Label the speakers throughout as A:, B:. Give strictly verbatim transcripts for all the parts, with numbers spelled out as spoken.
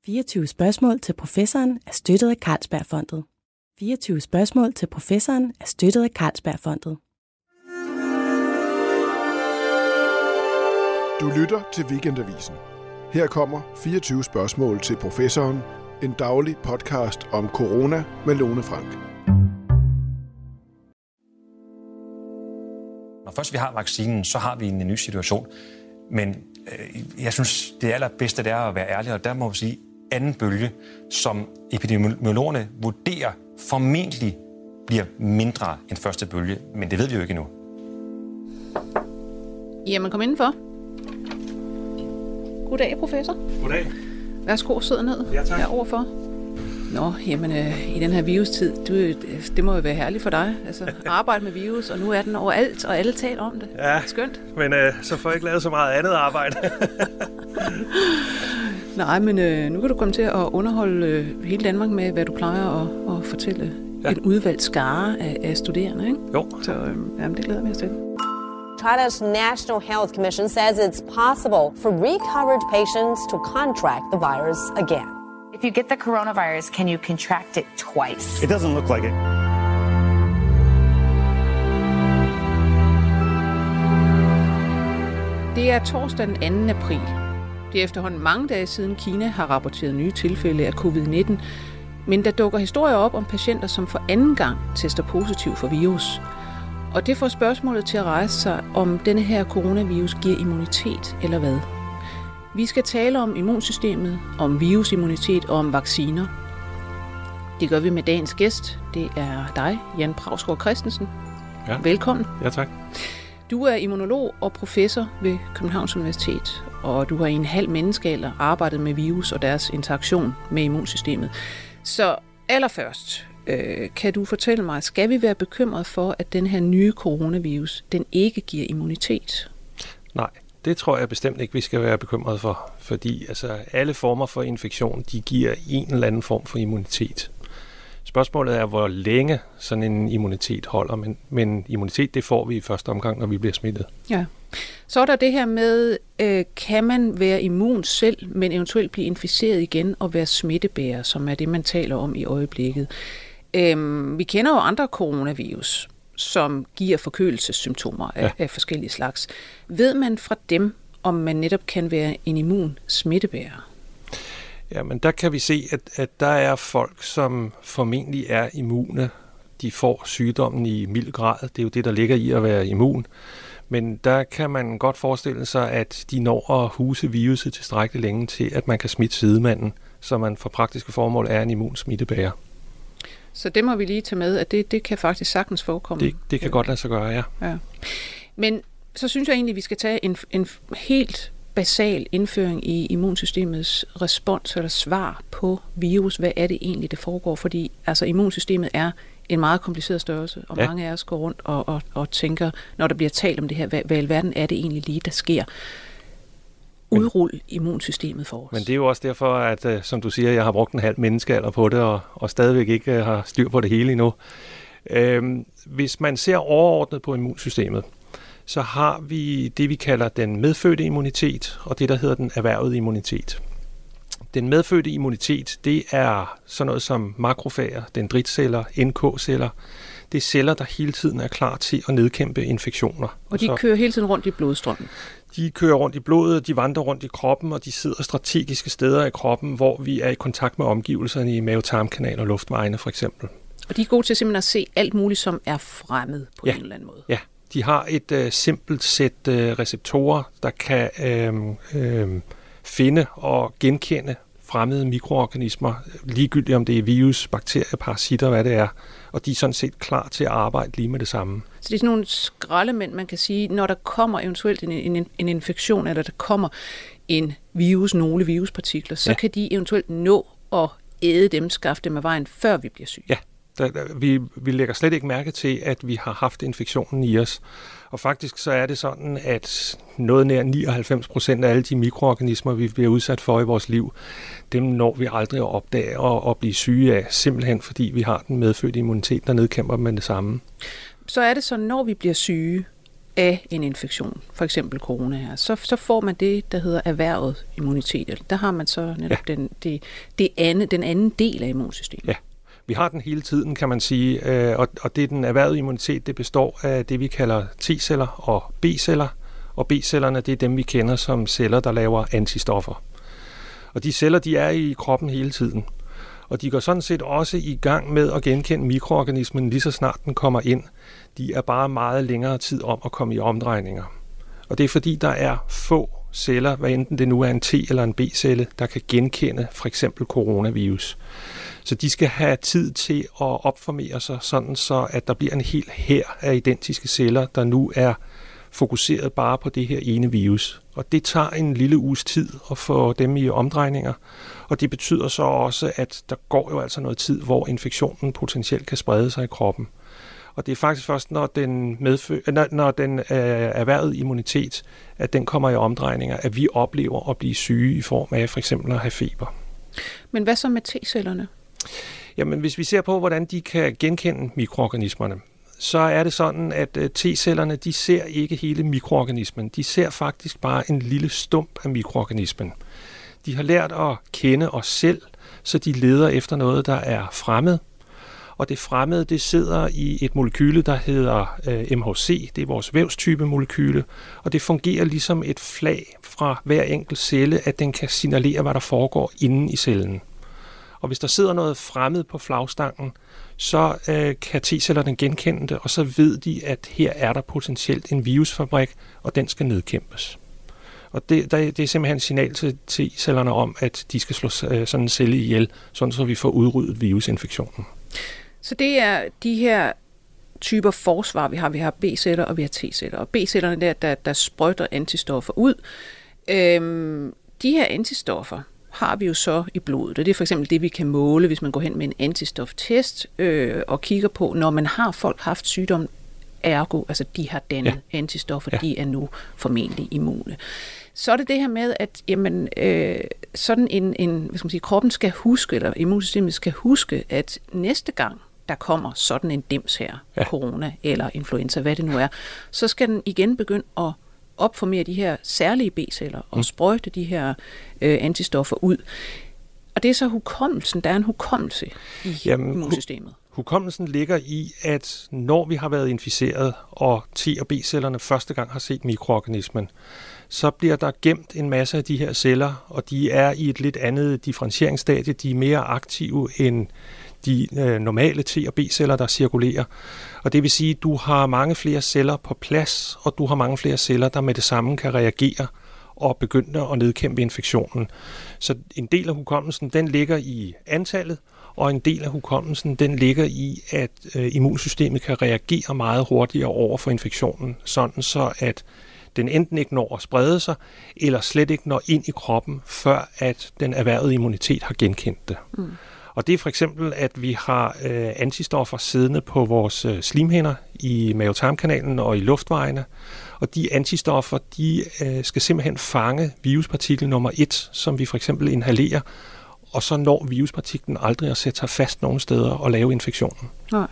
A: fireogtyve spørgsmål til professoren er støttet af Carlsbergfondet. fireogtyve spørgsmål til professoren er støttet af Carlsbergfondet.
B: Du lytter til Weekendavisen. Her kommer fireogtyve spørgsmål til professoren, en daglig podcast om corona med Lone Frank.
C: Når først vi har vaccinen, så har vi en ny situation. Men øh, jeg synes, det allerbedste det er at være ærlig, og der må vi sige, anden bølge, som epidemiologerne vurderer formentlig bliver mindre end første bølge, men det ved vi jo ikke endnu.
D: Jamen, kom indenfor. Goddag, professor.
E: Goddag.
D: Værsgo, sid ned.
E: Ja, tak.
D: Her overfor. Nå, jamen, øh, i den her virustid, du, det må jo være herligt for dig. Altså, arbejde med virus, og nu er den overalt, og alle taler om det.
E: Ja,
D: skønt.
E: Men øh, så får jeg ikke lavet så meget andet arbejde.
D: Nej, men øh, nu kan du komme til at underholde øh, hele Danmark med, hvad du plejer at, at fortælle ja. En udvalgt skare af, af studerende, ikke?
E: Jo.
D: Så øh, jamen, det glæder vi os til.
F: China's National Health Commission says it's possible for recovered patients to contract the virus again.
G: If you get the coronavirus, can you contract it twice?
H: It doesn't look like it.
D: Det er torsdag den anden april. Det er efterhånden mange dage siden Kina har rapporteret nye tilfælde af covid nitten, men der dukker historier op om patienter, som for anden gang tester positiv for virus. Og det får spørgsmålet til at rejse sig, om denne her coronavirus giver immunitet eller hvad. Vi skal tale om immunsystemet, om virusimmunitet og om vacciner. Det gør vi med dagens gæst. Det er dig, Jan Prausgaard Christensen.
E: Ja.
D: Velkommen.
E: Ja, tak.
D: Du er immunolog og professor ved Københavns Universitet, og du har i en halv menneskealder arbejdet med virus og deres interaktion med immunsystemet. Så allerførst, øh, kan du fortælle mig, skal vi være bekymret for, at den her nye coronavirus, den ikke giver immunitet?
E: Nej, det tror jeg bestemt ikke, vi skal være bekymret for, fordi altså, alle former for infektion, de giver en eller anden form for immunitet. Spørgsmålet er, hvor længe sådan en immunitet holder, men, men immunitet, det får vi i første omgang, når vi bliver smittet.
D: Ja. Så er der det her med, øh, kan man være immun selv, men eventuelt blive inficeret igen og være smittebærer, som er det, man taler om i øjeblikket. Øhm, vi kender jo andre coronavirus, som giver forkølelsessymptomer af, ja. af forskellige slags. Ved man fra dem, om man netop kan være en immun smittebærer?
E: Ja, men der kan vi se, at, at der er folk, som formentlig er immune. De får sygdommen i mild grad. Det er jo det, der ligger i at være immun. Men der kan man godt forestille sig, at de når at huse viruset tilstrækkeligt længe til, at man kan smitte sidemanden, så man for praktiske formål er en immun smittebærer.
D: Så det må vi lige tage med, at det, det kan faktisk sagtens forekomme.
E: Det, det kan godt lade sig gøre, ja.
D: ja. Men så synes jeg egentlig, at vi skal tage en, en helt basal indføring i immunsystemets respons eller svar på virus. Hvad er det egentlig, det foregår? Fordi altså, immunsystemet er en meget kompliceret størrelse, og ja. mange af os går rundt og, og, og tænker, når der bliver talt om det her, hvad, hvad i alverden er det egentlig lige, der sker? Udrul immunsystemet for os.
E: Men det er jo også derfor, at som du siger, jeg har brugt en halv menneskealder på det, og, og stadigvæk ikke har styr på det hele endnu. Øhm, hvis man ser overordnet på immunsystemet, så har vi det, vi kalder den medfødte immunitet, og det, der hedder den erhvervede immunitet. Den medfødte immunitet, det er sådan noget som makrofager, dendritceller, N K-celler. Det er celler, der hele tiden er klar til at nedkæmpe infektioner.
D: Og de så, kører hele tiden rundt i blodstrømmen?
E: De kører rundt i blodet, de vandrer rundt i kroppen, og de sidder strategiske steder i kroppen, hvor vi er i kontakt med omgivelserne i mave-tarmkanal og luftvejene for eksempel.
D: Og de er gode til simpelthen at se alt muligt, som er fremmed på
E: ja.
D: en eller anden måde?
E: Ja, de har et øh, simpelt sæt øh, receptorer, der kan øh, øh, finde og genkende fremmede mikroorganismer, ligegyldigt om det er virus, bakterier, parasitter, hvad det er, og de er sådan set klar til at arbejde lige med det samme.
D: Så det er sådan nogle skraldemænd, man kan sige, når der kommer eventuelt en, en, en infektion, eller der kommer en virus, nogle viruspartikler, så ja. kan de eventuelt nå at æde dem, skaffe dem af vejen, før vi bliver syge.
E: Ja, der, der, vi, vi lægger slet ikke mærke til, at vi har haft infektionen i os. Og faktisk så er det sådan, at noget nær nioghalvfems procent af alle de mikroorganismer, vi bliver udsat for i vores liv, dem når vi aldrig at opdage og, og blive syge af, simpelthen fordi vi har den medfødte immunitet, der nedkæmper med det samme.
D: Så er det så, når vi bliver syge, af en infektion, for eksempel corona her, så, så får man det, der hedder erhvervet immunitet. Der har man så netop ja. den, det, det anden, den anden del af immunsystemet.
E: Ja, vi har den hele tiden, kan man sige, og, og det er den erhvervede immunitet, det består af det, vi kalder T-celler og B-celler, og B-cellerne, det er dem, vi kender som celler, der laver antistoffer. Og de celler, de er i kroppen hele tiden. Og de går sådan set også i gang med at genkende mikroorganismen lige så snart den kommer ind. De er bare meget længere tid om at komme i omdrejninger. Og det er fordi, der er få celler, hvad enten det nu er en T- eller en B-celle, der kan genkende for eksempel coronavirus. Så de skal have tid til at opformere sig, sådan så at der bliver en hel hær af identiske celler, der nu er fokuseret bare på det her ene virus. Og det tager en lille uges tid at få dem i omdrejninger, og det betyder så også, at der går jo altså noget tid, hvor infektionen potentielt kan sprede sig i kroppen. Og det er faktisk først, når den, medfø- når, når den øh, erhvervede immunitet, at den kommer i omdrejninger, at vi oplever at blive syge i form af for eksempel at have feber.
D: Men hvad så med T-cellerne?
E: Jamen, hvis vi ser på, hvordan de kan genkende mikroorganismerne, så er det sådan, at T-cellerne, de ser ikke hele mikroorganismen. De ser faktisk bare en lille stump af mikroorganismen. De har lært at kende os selv, så de leder efter noget, der er fremmed. Og det fremmede, det sidder i et molekyle, der hedder øh, M H C. Det er vores vævstype molekyle. Og det fungerer ligesom et flag fra hver enkelt celle, at den kan signalere, hvad der foregår inde i cellen. Og hvis der sidder noget fremmed på flagstangen, så øh, kan T-cellerne genkende det, og så ved de, at her er der potentielt en virusfabrik, og den skal nedkæmpes. Og det, der, det er simpelthen et signal til T-cellerne om, at de skal slå øh, sådan en celle ihjel, sådan så vi får udryddet virusinfektionen.
D: Så det er de her typer forsvar, vi har. Vi har B-celler, og vi har T-celler. Og B-cellerne der, der, der sprøjter antistoffer ud. Øhm, de her antistoffer har vi jo så i blodet. Det er for eksempel det, vi kan måle, hvis man går hen med en antistoftest øh, og kigger på, når man har folk haft sygdom, ergo, altså de har dannet ja. antistoffer, ja. de er nu formentlig immune. Så er det det her med, at jamen, øh, sådan en, en hvad skal man sige, kroppen skal huske, eller immunsystemet skal huske, at næste gang, der kommer sådan en dims her, ja. corona eller influenza, hvad det nu er, så skal den igen begynde at opformere de her særlige B-celler og mm. sprøjte de her øh, antistoffer ud. Og det er så hukommelsen. Der er en hukommelse i Jamen, immunsystemet.
E: Hukommelsen ligger i, at når vi har været inficeret, og T- og B-cellerne første gang har set mikroorganismen, så bliver der gemt en masse af de her celler, og de er i et lidt andet differentieringsstadie. De er mere aktive end de øh, normale T- og B-celler, der cirkulerer. Og det vil sige, at du har mange flere celler på plads, og du har mange flere celler, der med det samme kan reagere og begynde at nedkæmpe infektionen. Så en del af hukommelsen, den ligger i antallet, og en del af hukommelsen, den ligger i, at øh, immunsystemet kan reagere meget hurtigere over for infektionen, sådan så at den enten ikke når at sprede sig, eller slet ikke når ind i kroppen, før at den erhvervede immunitet har genkendt det. Mm. Og det er for eksempel, at vi har øh, antistoffer siddende på vores øh, slimhinder i mavetarmkanalen og i luftvejene. Og de antistoffer, de øh, skal simpelthen fange viruspartikel nummer et, som vi for eksempel inhalerer, og så når viruspartiklen aldrig at sætte sig fast nogle steder og lave infektionen. Nej.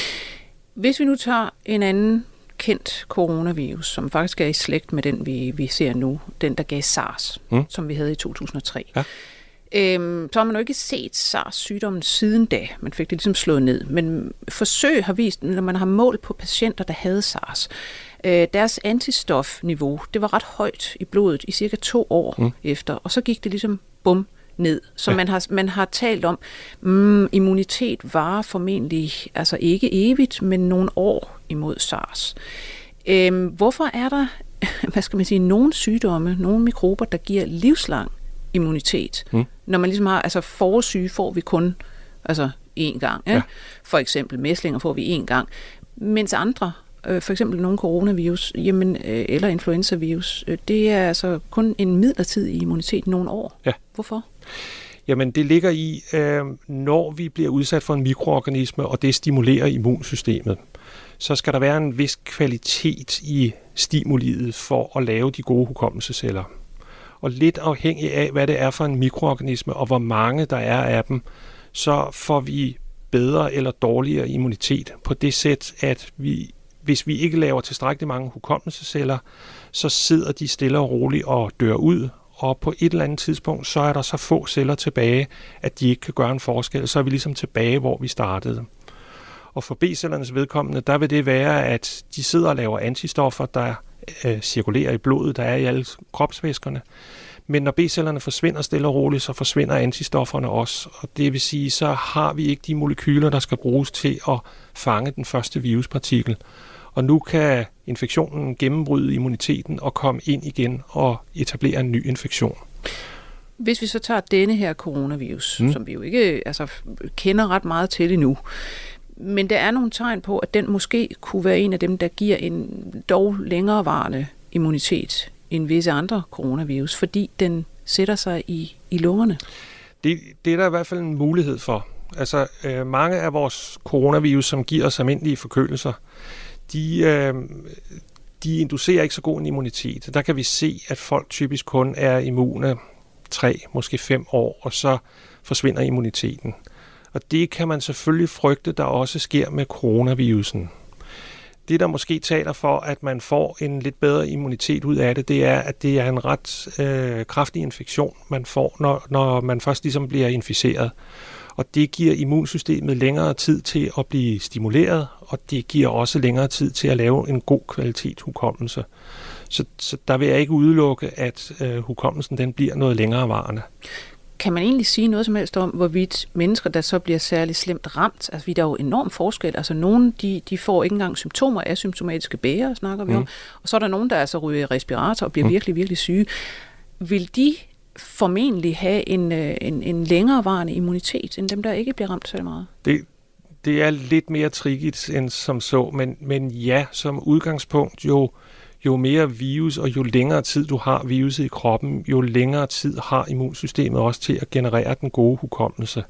D: Hvis vi nu tager en anden kendt coronavirus, som faktisk er i slægt med den, vi, vi ser nu, den der gav SARS, mm. som vi havde i to tusind og tre. Ja. Øhm, så har man jo ikke set SARS-sygdommen siden da. Man fik det ligesom slået ned. Men forsøg har vist, når man har målt på patienter, der havde SARS, øh, deres antistofniveau, det var ret højt i blodet i cirka to år mm. efter. Og så gik det ligesom bum ned. Så ja. man, har, man har talt om, mm, immunitet varer formentlig, altså ikke evigt, men nogle år imod SARS. Øhm, hvorfor er der, hvad skal man sige, nogle sygdomme, nogle mikrober, der giver livslang immunitet? Mm. Når man ligesom har, altså forsyge får vi kun altså én gang. Ja? Ja. For eksempel mæslinger får vi én gang. Mens andre, øh, for eksempel nogle coronavirus, jamen, øh, eller influenzavirus, øh, det er altså kun en midlertidig immunitet i nogle år. Ja. Hvorfor?
E: Jamen det ligger i, øh, når vi bliver udsat for en mikroorganisme, og det stimulerer immunsystemet, så skal der være en vis kvalitet i stimuliet for at lave de gode hukommelsesceller. Og lidt afhængig af, hvad det er for en mikroorganisme, og hvor mange der er af dem, så får vi bedre eller dårligere immunitet på det sæt, at vi hvis vi ikke laver tilstrækkeligt mange hukommelsesceller, så sidder de stille og roligt og dør ud, og på et eller andet tidspunkt, så er der så få celler tilbage, at de ikke kan gøre en forskel. Så er vi ligesom tilbage, hvor vi startede. Og for B-cellernes vedkommende, der vil det være, at de sidder og laver antistoffer, der øh, cirkulerer i blodet, der er i alle kropsvæskerne. Men når B-cellerne forsvinder stille og roligt, så forsvinder antistofferne også. Og det vil sige, så har vi ikke de molekyler, der skal bruges til at fange den første viruspartikel. Og nu kan infektionen gennembryde immuniteten og komme ind igen og etablere en ny infektion.
D: Hvis vi så tager denne her coronavirus, mm. som vi jo ikke altså, kender ret meget til endnu, men der er nogle tegn på, at den måske kunne være en af dem, der giver en dog længerevarende immunitet end visse andre coronavirus, fordi den sætter sig i, i lungerne.
E: Det, det er der i hvert fald en mulighed for. Altså øh, mange af vores coronavirus, som giver os almindelige forkølelser, de, øh, de inducerer ikke så god en immunitet. Der kan vi se, at folk typisk kun er immune tre, måske fem år, og så forsvinder immuniteten. Og det kan man selvfølgelig frygte, der også sker med coronavirusen. Det, der måske taler for, at man får en lidt bedre immunitet ud af det, det er, at det er en ret øh, kraftig infektion, man får, når, når man først ligesom bliver inficeret. Og det giver immunsystemet længere tid til at blive stimuleret, og det giver også længere tid til at lave en god kvalitet hukommelse. Så, så der vil jeg ikke udelukke, at øh, hukommelsen den bliver noget længerevarende.
D: Kan man egentlig sige noget som helst om, hvorvidt mennesker, der så bliver særligt slemt ramt, altså vi der er jo enorm forskel, altså nogen, de, de får ikke engang symptomer, asymptomatiske bærer, snakker vi mm. om, og så er der nogen, der altså ryger i respirator og bliver mm. virkelig, virkelig syge. Vil de formentlig have en, en, en længerevarende immunitet, end dem, der ikke bliver ramt så meget?
E: Det, det er lidt mere tricky end som så, men, men ja, som udgangspunkt jo, jo mere virus og jo længere tid du har viruset i kroppen, jo længere tid har immunsystemet også til at generere den gode hukommelse.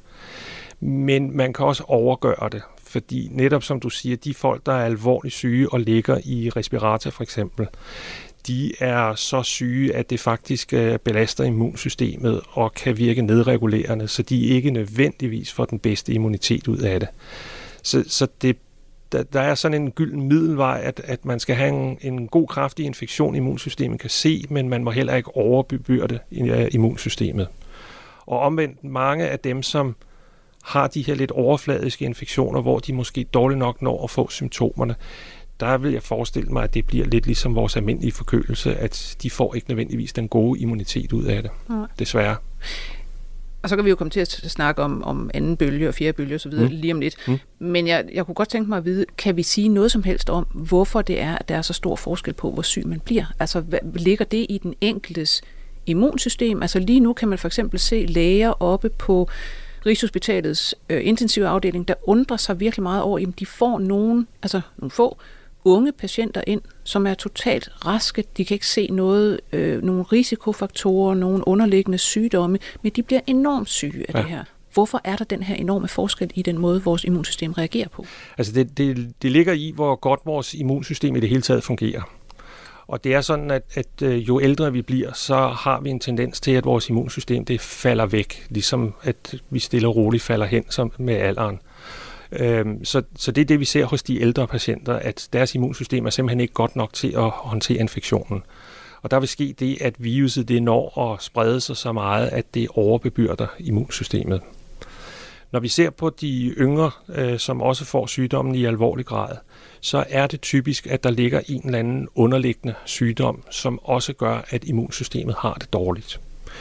E: Men man kan også overgøre det, fordi netop som du siger, de folk, der er alvorligt syge og ligger i respirator for eksempel, de er så syge, at det faktisk belaster immunsystemet og kan virke nedregulerende, så de ikke nødvendigvis får den bedste immunitet ud af det. Så, så det, der, der er sådan en gylden middelvej, at, at man skal have en, en god kraftig infektion, immunsystemet kan se, men man må heller ikke overbebyrde immunsystemet. Og omvendt, mange af dem, som har de her lidt overfladiske infektioner, hvor de måske dårligt nok når at få symptomerne, der vil jeg forestille mig, at det bliver lidt ligesom vores almindelige forkølelse, at de får ikke nødvendigvis den gode immunitet ud af det, ja. Desværre.
D: Og så kan vi jo komme til at snakke om, om anden bølge og fjerde bølge osv. Mm. lige om lidt. Mm. Men jeg, jeg kunne godt tænke mig at vide, kan vi sige noget som helst om, hvorfor det er, at der er så stor forskel på, hvor syg man bliver? Altså, hvad, ligger det i den enkeltes immunsystem? Altså lige nu kan man for eksempel se læger oppe på Rigshospitalets øh, intensive afdeling, der undrer sig virkelig meget over, at de får nogen, altså nogle få unge patienter ind, som er totalt raske. De kan ikke se noget, øh, nogle risikofaktorer, nogle underliggende sygdomme, men de bliver enormt syge af ja. det her. Hvorfor er der den her enorme forskel i den måde, vores immunsystem reagerer på?
E: Altså det, det, det ligger i, hvor godt vores immunsystem i det hele taget fungerer. Og det er sådan, at, at jo ældre vi bliver, så har vi en tendens til, at vores immunsystem det falder væk, ligesom at vi stille og roligt falder hen som med alderen. Øhm, så, så det er det, vi ser hos de ældre patienter, at deres immunsystem er simpelthen ikke godt nok til at håndtere infektionen. Og der vil ske det, at viruset det når at sprede sig så meget, at det overbebyrder immunsystemet. Når vi ser på de yngre, øh, som også får sygdommen i alvorlig grad, så er det typisk, at der ligger en eller anden underliggende sygdom, som også gør, at immunsystemet har det dårligt.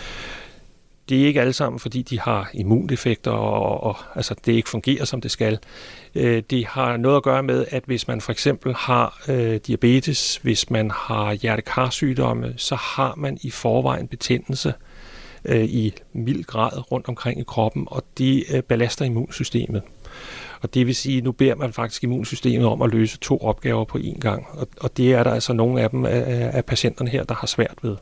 E: Det er ikke alle sammen, fordi de har immundefekter, og, og altså, det ikke fungerer, som det skal. Øh, det har noget at gøre med, at hvis man for eksempel har øh, diabetes, hvis man har hjertekarsygdomme, så har man i forvejen betændelse øh, i mild grad rundt omkring i kroppen, og det øh, belaster immunsystemet. Og det vil sige, at nu beder man faktisk immunsystemet om at løse to opgaver på én gang. Og, og det er der altså nogle af dem af, af patienterne her, der har svært ved.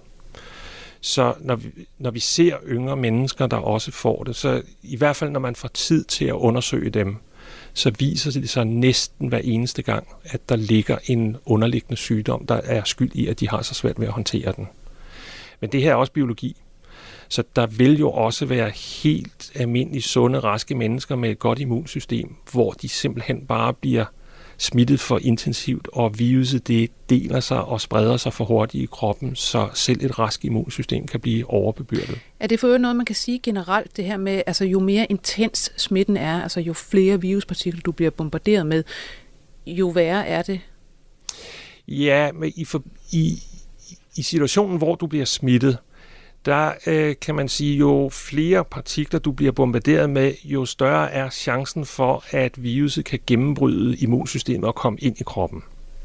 E: Så når vi, når vi ser yngre mennesker, der også får det, så i hvert fald når man får tid til at undersøge dem, så viser det sig næsten hver eneste gang, at der ligger en underliggende sygdom, der er skyld i, at de har så svært ved at håndtere den. Men det her er også biologi. Så der vil jo også være helt almindelige, sunde, raske mennesker med et godt immunsystem, hvor de simpelthen bare bliver smittet for intensivt, og viruset det deler sig og spreder sig for hurtigt i kroppen, så selv et rask immunsystem kan blive overbebyrdet.
D: Er det for øvrigt noget, man kan sige generelt, det her med, altså jo mere intens smitten er, altså jo flere viruspartikler du bliver bombarderet med, jo værre er det?
E: Ja, men i, for, i, i situationen, hvor du bliver smittet, der øh, kan man sige, jo flere partikler du bliver bombarderet med, jo større er chancen for, at viruset kan gennembryde immunsystemet og komme ind i kroppen.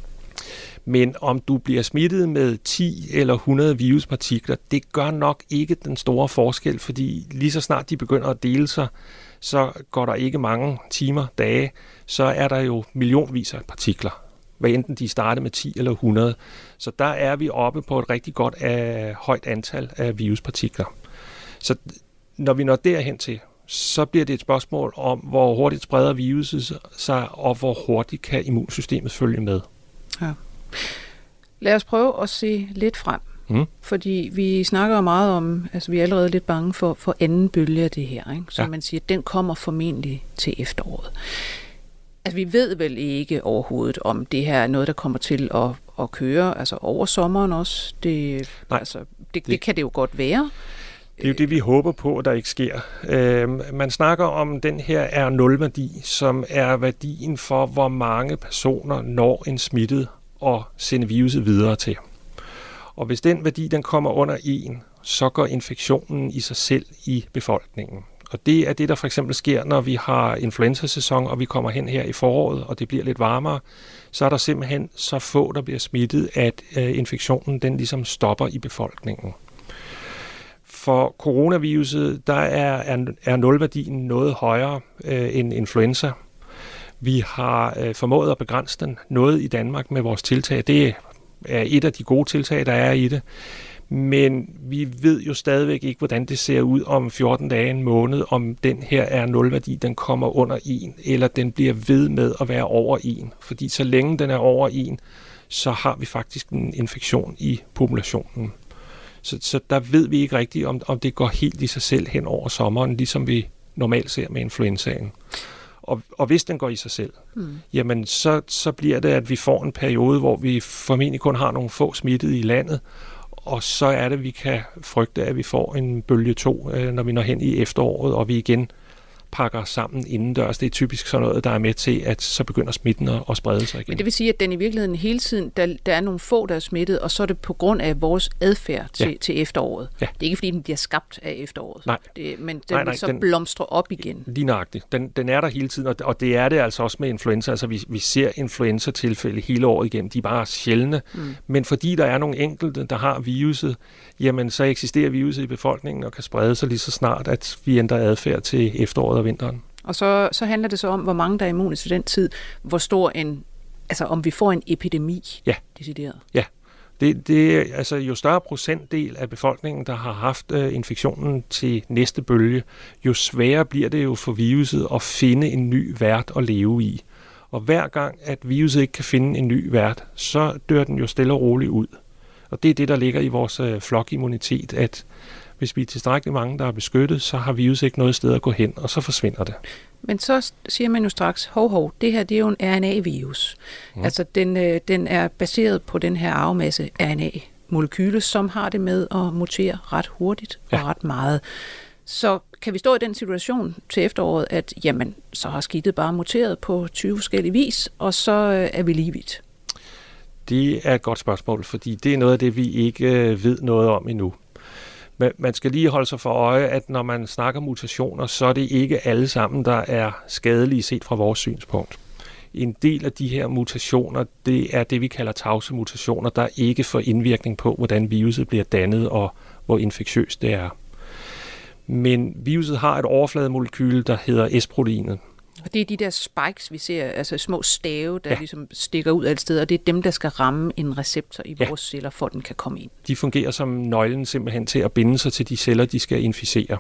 E: Men om du bliver smittet med ti eller hundrede viruspartikler, det gør nok ikke den store forskel, fordi lige så snart de begynder at dele sig, så går der ikke mange timer, dage, så er der jo millionvis af partikler, hvad enten de starter med ti eller hundrede. Så der er vi oppe på et rigtig godt af, højt antal af viruspartikler. Så når vi når derhen til, så bliver det et spørgsmål om, hvor hurtigt spreder viruset sig, og hvor hurtigt kan immunsystemet følge med.
D: Ja. Lad os prøve at se lidt frem.
E: Mm.
D: Fordi vi snakker meget om, altså vi er allerede lidt bange for, for anden bølge af det her, ikke? Så ja. Man siger, den kommer formentlig til efteråret. Altså vi ved vel ikke overhovedet, om det her er noget, der kommer til at, at køre, altså over sommeren også. Det,
E: Nej,
D: altså, det, det, det kan det jo godt være.
E: Det er jo det, vi håber på, der ikke sker. Øh, man snakker om den her R nul-værdi, som er værdien for, hvor mange personer når en smittet og sender viruset videre til. Og hvis den værdi den kommer under en, så går infektionen i sig selv i befolkningen. Og det er det, der for eksempel sker, når vi har influenzasæson, og vi kommer hen her i foråret, og det bliver lidt varmere, så er der simpelthen så få, der bliver smittet, at øh, infektionen den ligesom stopper i befolkningen. For coronaviruset, der er, er nul-værdien noget højere øh, end influenza. Vi har øh, formået at begrænse den noget i Danmark med vores tiltag. Det er et af de gode tiltag, der er i det. Men vi ved jo stadigvæk ikke, hvordan det ser ud om fjorten dage, en måned, om den her er nul-værdi, den kommer under en, eller den bliver ved med at være over en. Fordi så længe den er over en, så har vi faktisk en infektion i populationen. Så, så der ved vi ikke rigtigt, om, om det går helt i sig selv hen over sommeren, ligesom vi normalt ser med influenzaen. Og, og hvis den går i sig selv, hmm. jamen så, så bliver det, at vi får en periode, hvor vi formentlig kun har nogle få smittede i landet, og så er det, at vi kan frygte, at vi får en bølge to, når vi når hen i efteråret, og vi igen pakker sammen indendørs. Det er typisk sådan noget, der er med til, at så begynder smitten at sprede sig igen. Men
D: det vil sige, at den i virkeligheden hele tiden, der, der er nogle få, der er smittet, og så er det på grund af vores adfærd til, ja. til efteråret. Ja. Det er ikke, fordi den bliver skabt af efteråret.
E: Nej.
D: Det, men den
E: nej, nej,
D: vil så
E: den,
D: blomstre op igen.
E: Lige nøjagtigt. Den, den er der hele tiden, og, og det er det altså også med influenza. Altså vi, vi ser influenza-tilfælde hele året igennem. De er bare sjældne. Mm. Men fordi der er nogle enkelte, der har viruset, jamen så eksisterer viruset i befolkningen og kan sprede sig lige så snart, at vi ændrer adfærd til efteråret og vinteren.
D: Og så, så handler det så om, hvor mange der er immune til den tid, hvor stor en, altså om vi får en epidemi,
E: ja.
D: decideret.
E: Ja, det, det altså jo større procentdel af befolkningen, der har haft øh, infektionen til næste bølge, jo sværere bliver det jo for viruset at finde en ny vært at leve i. Og hver gang, at viruset ikke kan finde en ny vært, så dør den jo stille og roligt ud. Og det er det, der ligger i vores øh, flokimmunitet, at hvis vi er tilstrækkeligt mange, der er beskyttet, så har viruset ikke noget sted at gå hen, og så forsvinder det.
D: Men så siger man jo straks, hov, hov, det her det er jo en R N A-virus. Mm. Altså den, øh, den er baseret på den her arvemasse R N A-molekyle, som har det med at mutere ret hurtigt og ja. ret meget. Så kan vi stå i den situation til efteråret, at jamen, så har skidtet bare muteret på tyve forskellige vis, og så øh, er vi lige vidt?
E: Det er et godt spørgsmål, fordi det er noget af det, vi ikke øh, ved noget om endnu. Men man skal lige holde sig for øje, at når man snakker mutationer, så er det ikke alle sammen, der er skadelige set fra vores synspunkt. En del af de her mutationer, det er det, vi kalder tavse mutationer, der ikke får indvirkning på, hvordan viruset bliver dannet og hvor infektiøst det er. Men viruset har et overflademolekyle, der hedder S-proteinet.
D: Og det er de der spikes, vi ser, altså små stave, der ja. ligesom stikker ud af et sted, og det er dem, der skal ramme en receptor i vores ja. celler, for at den kan komme ind.
E: De fungerer som nøglen simpelthen til at binde sig til de celler, de skal inficere.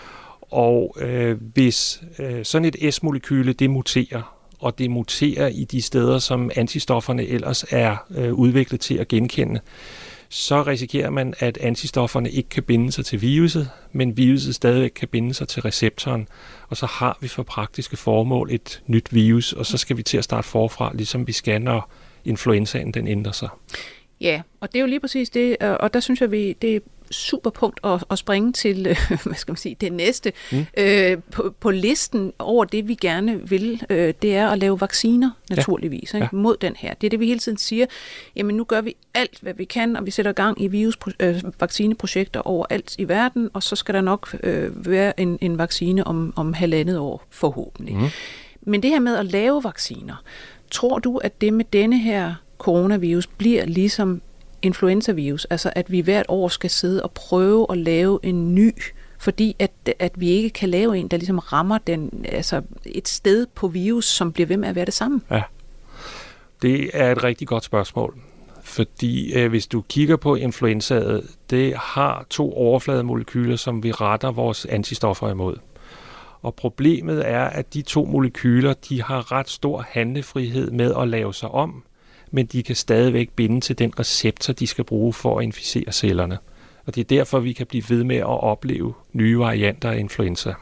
E: Og øh, hvis øh, sådan et S-molekyle, det muterer, og det muterer i de steder, som antistofferne ellers er øh, udviklet til at genkende, så risikerer man, at antistofferne ikke kan binde sig til viruset, men viruset stadigvæk kan binde sig til receptoren, og så har vi for praktiske formål et nyt virus, og så skal vi til at starte forfra, ligesom vi skal, når influenzaen den ændrer sig.
D: Ja, og det er jo lige præcis det, og der synes jeg, vi det er super punkt at, at springe til, øh, hvad skal man sige, det næste mm. øh, på, på listen over det, vi gerne vil, øh, det er at lave vacciner, naturligvis, ja. Ikke? Ja. Mod den her. Det er det, vi hele tiden siger, jamen nu gør vi alt, hvad vi kan, og vi sætter gang i virusvaccineprojekter øh, overalt i verden, og så skal der nok øh, være en, en vaccine om, om halvandet år, forhåbentlig. Mm. Men det her med at lave vacciner, tror du, at det med denne her coronavirus bliver ligesom influenzavirus, altså at vi hvert år skal sidde og prøve at lave en ny, fordi at, at vi ikke kan lave en, der ligesom rammer den, altså et sted på virus, som bliver ved med at være det samme?
E: Ja, det er et rigtig godt spørgsmål, fordi øh, hvis du kigger på influenzaet, det har to overflademolekyler, som vi retter vores antistoffer imod. Og problemet er, at de to molekyler, de har ret stor handlefrihed med at lave sig om, men de kan stadigvæk binde til den receptor, de skal bruge for at inficere cellerne. Og det er derfor, vi kan blive ved med at opleve nye varianter af influenza.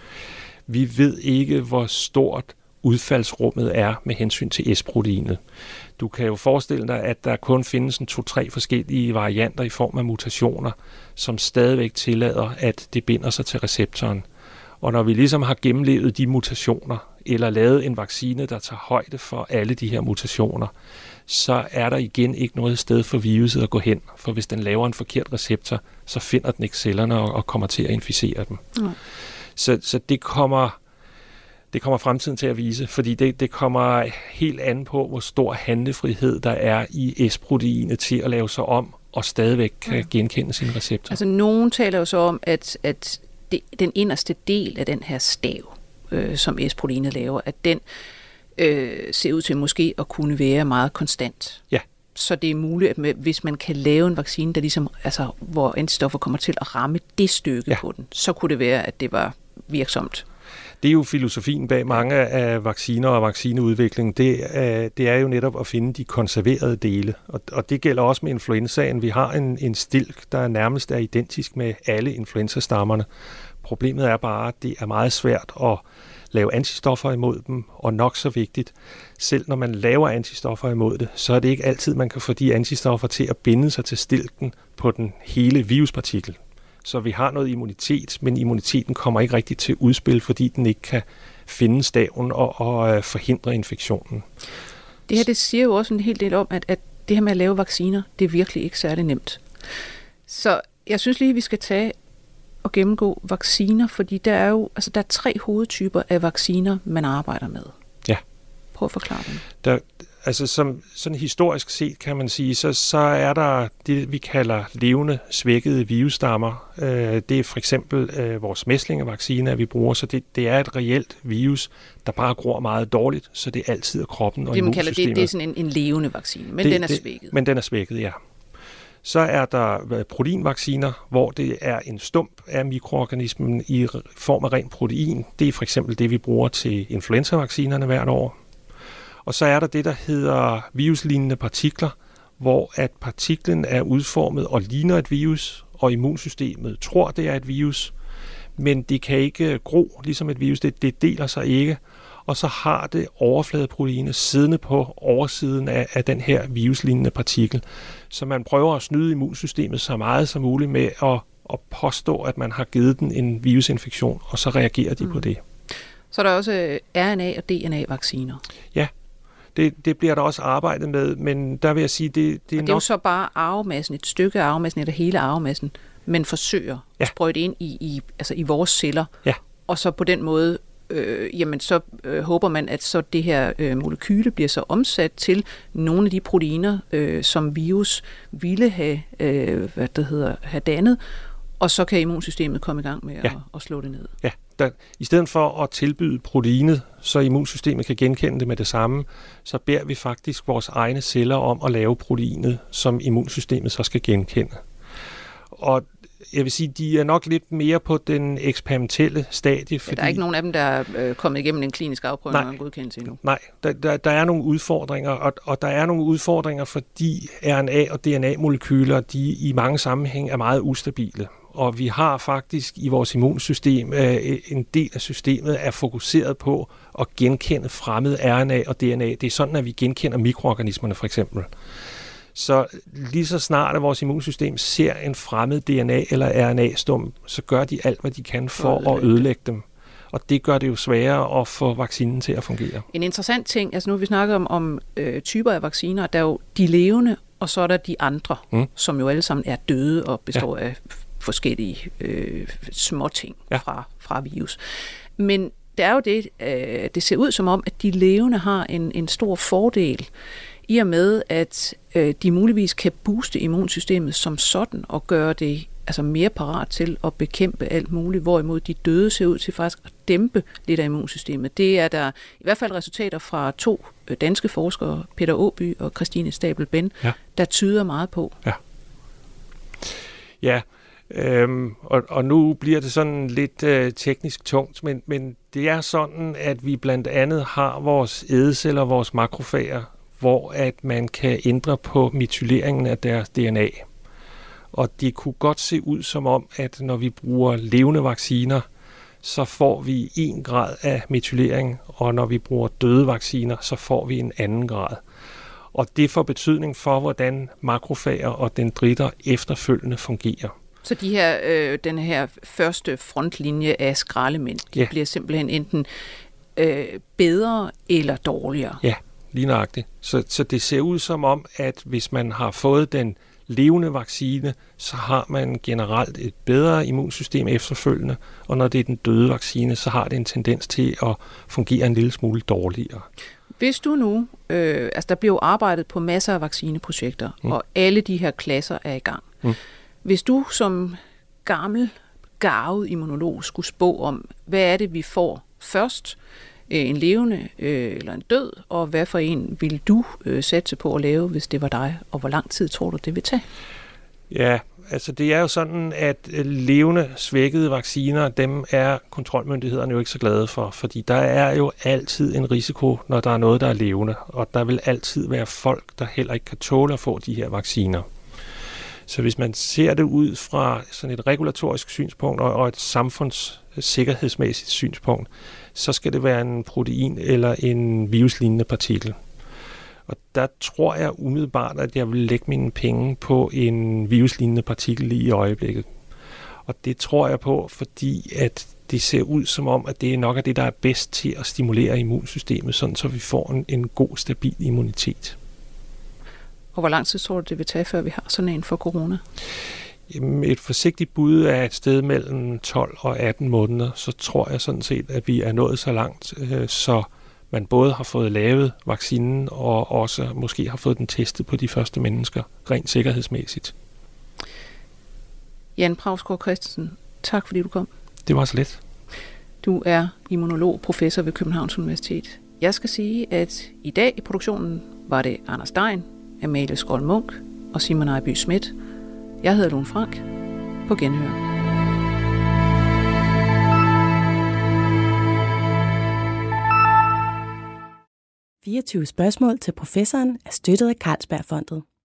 E: Vi ved ikke, hvor stort udfaldsrummet er med hensyn til S-proteinet. Du kan jo forestille dig, at der kun findes en to-tre forskellige varianter i form af mutationer, som stadigvæk tillader, at det binder sig til receptoren. Og når vi ligesom har gennemlevet de mutationer, eller lavet en vaccine, der tager højde for alle de her mutationer, så er der igen ikke noget sted for viruset at gå hen. For hvis den laver en forkert receptor, så finder den ikke cellerne og kommer til at inficere dem. Mm. Så, så det kommer det kommer fremtiden til at vise, fordi det, det kommer helt an på, hvor stor handlefrihed der er i S-proteinet til at lave sig om, og stadigvæk kan genkende sin receptor.
D: Altså nogen taler jo så om, at, at det, den inderste del af den her stav, øh, som S-proteinet laver, at den øh, ser ud til måske at kunne være meget konstant.
E: Ja.
D: Så det er muligt, at med, hvis man kan lave en vaccine, der ligesom, altså, hvor antistoffer kommer til at ramme det stykke ja. på den, så kunne det være, at det var virksomt.
E: Det er jo filosofien bag mange af vacciner og vaccineudvikling. Det er, det er jo netop at finde de konserverede dele. Og, og det gælder også med influenzaen. Vi har en, en stilk, der nærmest er identisk med alle influenzastammerne. Problemet er bare, at det er meget svært at lave antistoffer imod dem, og nok så vigtigt, selv når man laver antistoffer imod det, så er det ikke altid, man kan få de antistoffer til at binde sig til stilken på den hele viruspartikel. Så vi har noget immunitet, men immuniteten kommer ikke rigtigt til udspil, fordi den ikke kan finde staven og, og forhindre infektionen.
D: Det her det siger jo også en hel del om, at, at det her med at lave vacciner, det er virkelig ikke særlig nemt. Så jeg synes lige, vi skal tage og gennemgå vacciner, fordi der er jo altså der er tre hovedtyper af vacciner, man arbejder med.
E: Ja.
D: Prøv at forklare dem.
E: Der, altså som sådan historisk set kan man sige, så, så er der det, vi kalder levende svækkede virusstammer. Øh, det er for eksempel øh, vores mæslingevaccine, vi bruger, så det, det er et reelt virus, der bare gror meget dårligt, så det er altid af kroppen og
D: det, man
E: immunsystemet.
D: kalder det, det er sådan en, en levende vaccine, men
E: det,
D: den er
E: det,
D: svækket.
E: Men den er svækket, ja. Så er der proteinvacciner, hvor det er en stump af mikroorganismen i form af ren protein. Det er for eksempel det, vi bruger til influenzavaccinerne hvert år. Og så er der det, der hedder viruslignende partikler, hvor at partiklen er udformet og ligner et virus, og immunsystemet tror, det er et virus, men det kan ikke gro ligesom et virus. Det, det deler sig ikke, og så har det overfladeproteiner siddende på oversiden af, af den her viruslignende partikel. Så man prøver at snyde immunsystemet så meget som muligt med at, at påstå, at man har givet den en virusinfektion, og så reagerer de mm. på det.
D: Så er der også R N A- og D N A-vacciner.
E: Ja, det, det bliver der også arbejdet med, men der vil jeg sige, det, det er
D: og det er
E: nok...
D: jo så bare arvemassen, et stykke af arvemassen, eller hele arvemassen, men forsøger ja. at sprøjte ind i, i, altså i vores celler,
E: ja.
D: og så på den måde Øh, jamen så øh, håber man, at så det her øh, molekyle bliver så omsat til nogle af de proteiner, øh, som virus ville have, øh, hvad det hedder, have dannet, og så kan immunsystemet komme i gang med ja. at, at slå det ned.
E: Ja, der, i stedet for at tilbyde proteinet, så immunsystemet kan genkende det med det samme, så beder vi faktisk vores egne celler om at lave proteinet, som immunsystemet så skal genkende. Og jeg vil sige, de er nok lidt mere på den eksperimentelle stadie. Fordi...
D: Ja, der er ikke nogen af dem, der er øh, kommet igennem en klinisk afprøvning og en godkendelse endnu.
E: Nej, der, der, der er nogle udfordringer, og, og der er nogle udfordringer, fordi R N A- og D N A-molekyler, de i mange sammenhæng er meget ustabile. Og vi har faktisk i vores immunsystem, øh, en del af systemet er fokuseret på at genkende fremmed R N A og D N A. Det er sådan, at vi genkender mikroorganismerne for eksempel. Så lige så snart at vores immunsystem ser en fremmed D N A eller R N A-stum, så gør de alt, hvad de kan for at ødelægge dem. Og det gør det jo sværere at få vaccinen til at fungere.
D: En interessant ting, altså nu har vi snakket om, om øh, typer af vacciner, der er jo de levende, og så er der de andre, mm. som jo alle sammen er døde og består ja. af forskellige øh, små ting ja. fra, fra virus. Men det er jo det, øh, det ser ud som om, at de levende har en, en stor fordel, i og med, at øh, de muligvis kan booste immunsystemet som sådan, og gøre det altså mere parat til at bekæmpe alt muligt, hvorimod de døde ser ud til faktisk at dæmpe lidt af immunsystemet. Det er der i hvert fald resultater fra to øh, danske forskere, Peter Åby og Christine Stabel-Ben, ja. der tyder meget på.
E: Ja, ja. Øhm, og, og nu bliver det sådan lidt øh, teknisk tungt, men, men det er sådan, at vi blandt andet har vores ædeceller, vores makrofager, hvor at man kan ændre på metyleringen af deres D N A. Og det kunne godt se ud som om, at når vi bruger levende vacciner, så får vi en grad af metylering, og når vi bruger døde vacciner, så får vi en anden grad. Og det får betydning for, hvordan makrofager og dendritter efterfølgende fungerer.
D: Så de her, øh, den her første frontlinje af skraldemænd, de ja. bliver simpelthen enten øh, bedre eller dårligere?
E: Ja, lige nøjagtigt. Så, så det ser ud som om, at hvis man har fået den levende vaccine, så har man generelt et bedre immunsystem efterfølgende, og når det er den døde vaccine, så har det en tendens til at fungere en lille smule dårligere.
D: Hvis du nu, øh, altså der bliver jo arbejdet på masser af vaccineprojekter, mm. og alle de her klasser er i gang. Mm. Hvis du som gammel, garvet immunolog skulle spå om, hvad er det, vi får først, en levende øh, eller en død, og hvad for en vil du øh, satse på at lave, hvis det var dig, og hvor lang tid tror du, det vil tage?
E: Ja, altså det er jo sådan, at levende, svækkede vacciner, dem er kontrolmyndighederne jo ikke så glade for, fordi der er jo altid en risiko, når der er noget, der er levende, og der vil altid være folk, der heller ikke kan tåle at få de her vacciner. Så hvis man ser det ud fra sådan et regulatorisk synspunkt og et samfundssikkerhedsmæssigt synspunkt, så skal det være en protein eller en viruslignende partikel. Og der tror jeg umiddelbart, at jeg vil lægge mine penge på en viruslignende partikel lige i øjeblikket. Og det tror jeg på, fordi at det ser ud som om, at det er nok af det, der er bedst til at stimulere immunsystemet, sådan så vi får en, en god, stabil immunitet.
D: Og hvor lang tid tror du, det vil tage, før vi har sådan en for corona?
E: Jamen, et forsigtigt bud er et sted mellem tolv og atten måneder, så tror jeg sådan set, at vi er nået så langt, øh, så man både har fået lavet vaccinen og også måske har fået den testet på de første mennesker, rent sikkerhedsmæssigt.
D: Jan Prausgaard Christensen, tak fordi du kom.
E: Det var så let.
D: Du er immunolog, professor ved Københavns Universitet. Jeg skal sige, at i dag i produktionen var det Anders Stein, Amalie Skjold Munk og Simon Ejby Schmidt. Jeg hedder Lone Frank. På genhør.
A: fireogtyve spørgsmål til professoren er støttet af Carlsbergfondet.